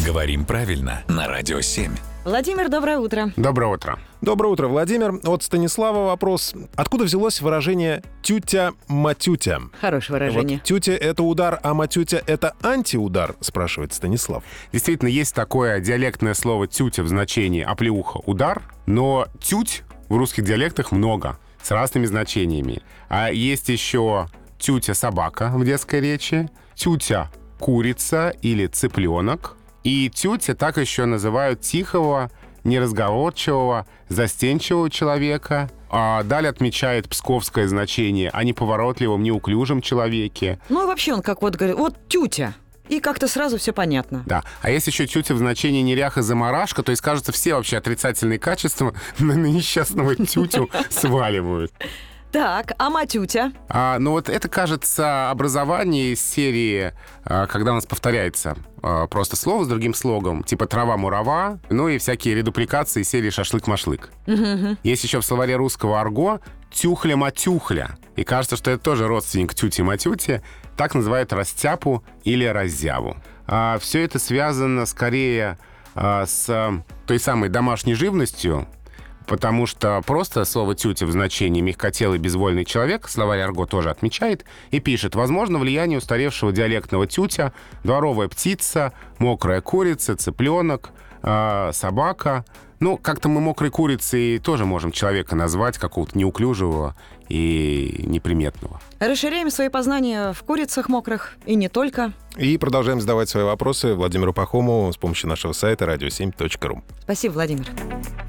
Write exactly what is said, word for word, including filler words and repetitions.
Говорим правильно на Радио семь. Владимир, доброе утро. Доброе утро. Доброе утро, Владимир. От Станислава вопрос. Откуда взялось выражение «тютя-матютя»? Хорошее выражение. Вот тютя — это удар, а матютя — это антиудар, спрашивает Станислав. Действительно, есть такое диалектное слово «тютя» в значении «оплеуха», «удар», но «тють» в русских диалектах много, с разными значениями. А есть еще «тютя собака» в детской речи, «тютя курица» или «цыпленок». И тютя так еще называют тихого, неразговорчивого, застенчивого человека. А далее отмечает псковское значение о неповоротливом, неуклюжем человеке. Ну и вообще он как вот говорит, вот тютя. И как-то сразу все понятно. Да. А есть еще тютя в значении неряха-замарашка, то есть, кажется, все вообще отрицательные качества на несчастного тютю сваливают. Так, а матютя? А, ну вот это, кажется, образование из серии, а, когда у нас повторяется а, просто слово с другим слогом, типа трава-мурава, ну и всякие редупликации из серии шашлык-машлык. Угу. Есть еще в словаре русского арго тюхля-матюхля. И кажется, что это тоже родственник тюти-матюти. Так называют растяпу или раззяву. А, все это связано скорее а, с той самой домашней живностью, потому что просто слово «тютя» в значении «мягкотелый безвольный человек» словарь арго тоже отмечает и пишет: возможно, влияние устаревшего диалектного «тютя», дворовая птица, мокрая курица, цыпленок, э, собака. Ну, как-то мы мокрой курицей тоже можем человека назвать, какого-то неуклюжего и неприметного. Расширяем свои познания в курицах мокрых и не только. И продолжаем задавать свои вопросы Владимиру Пахомову с помощью нашего сайта радио семь точка ру. Спасибо, Владимир.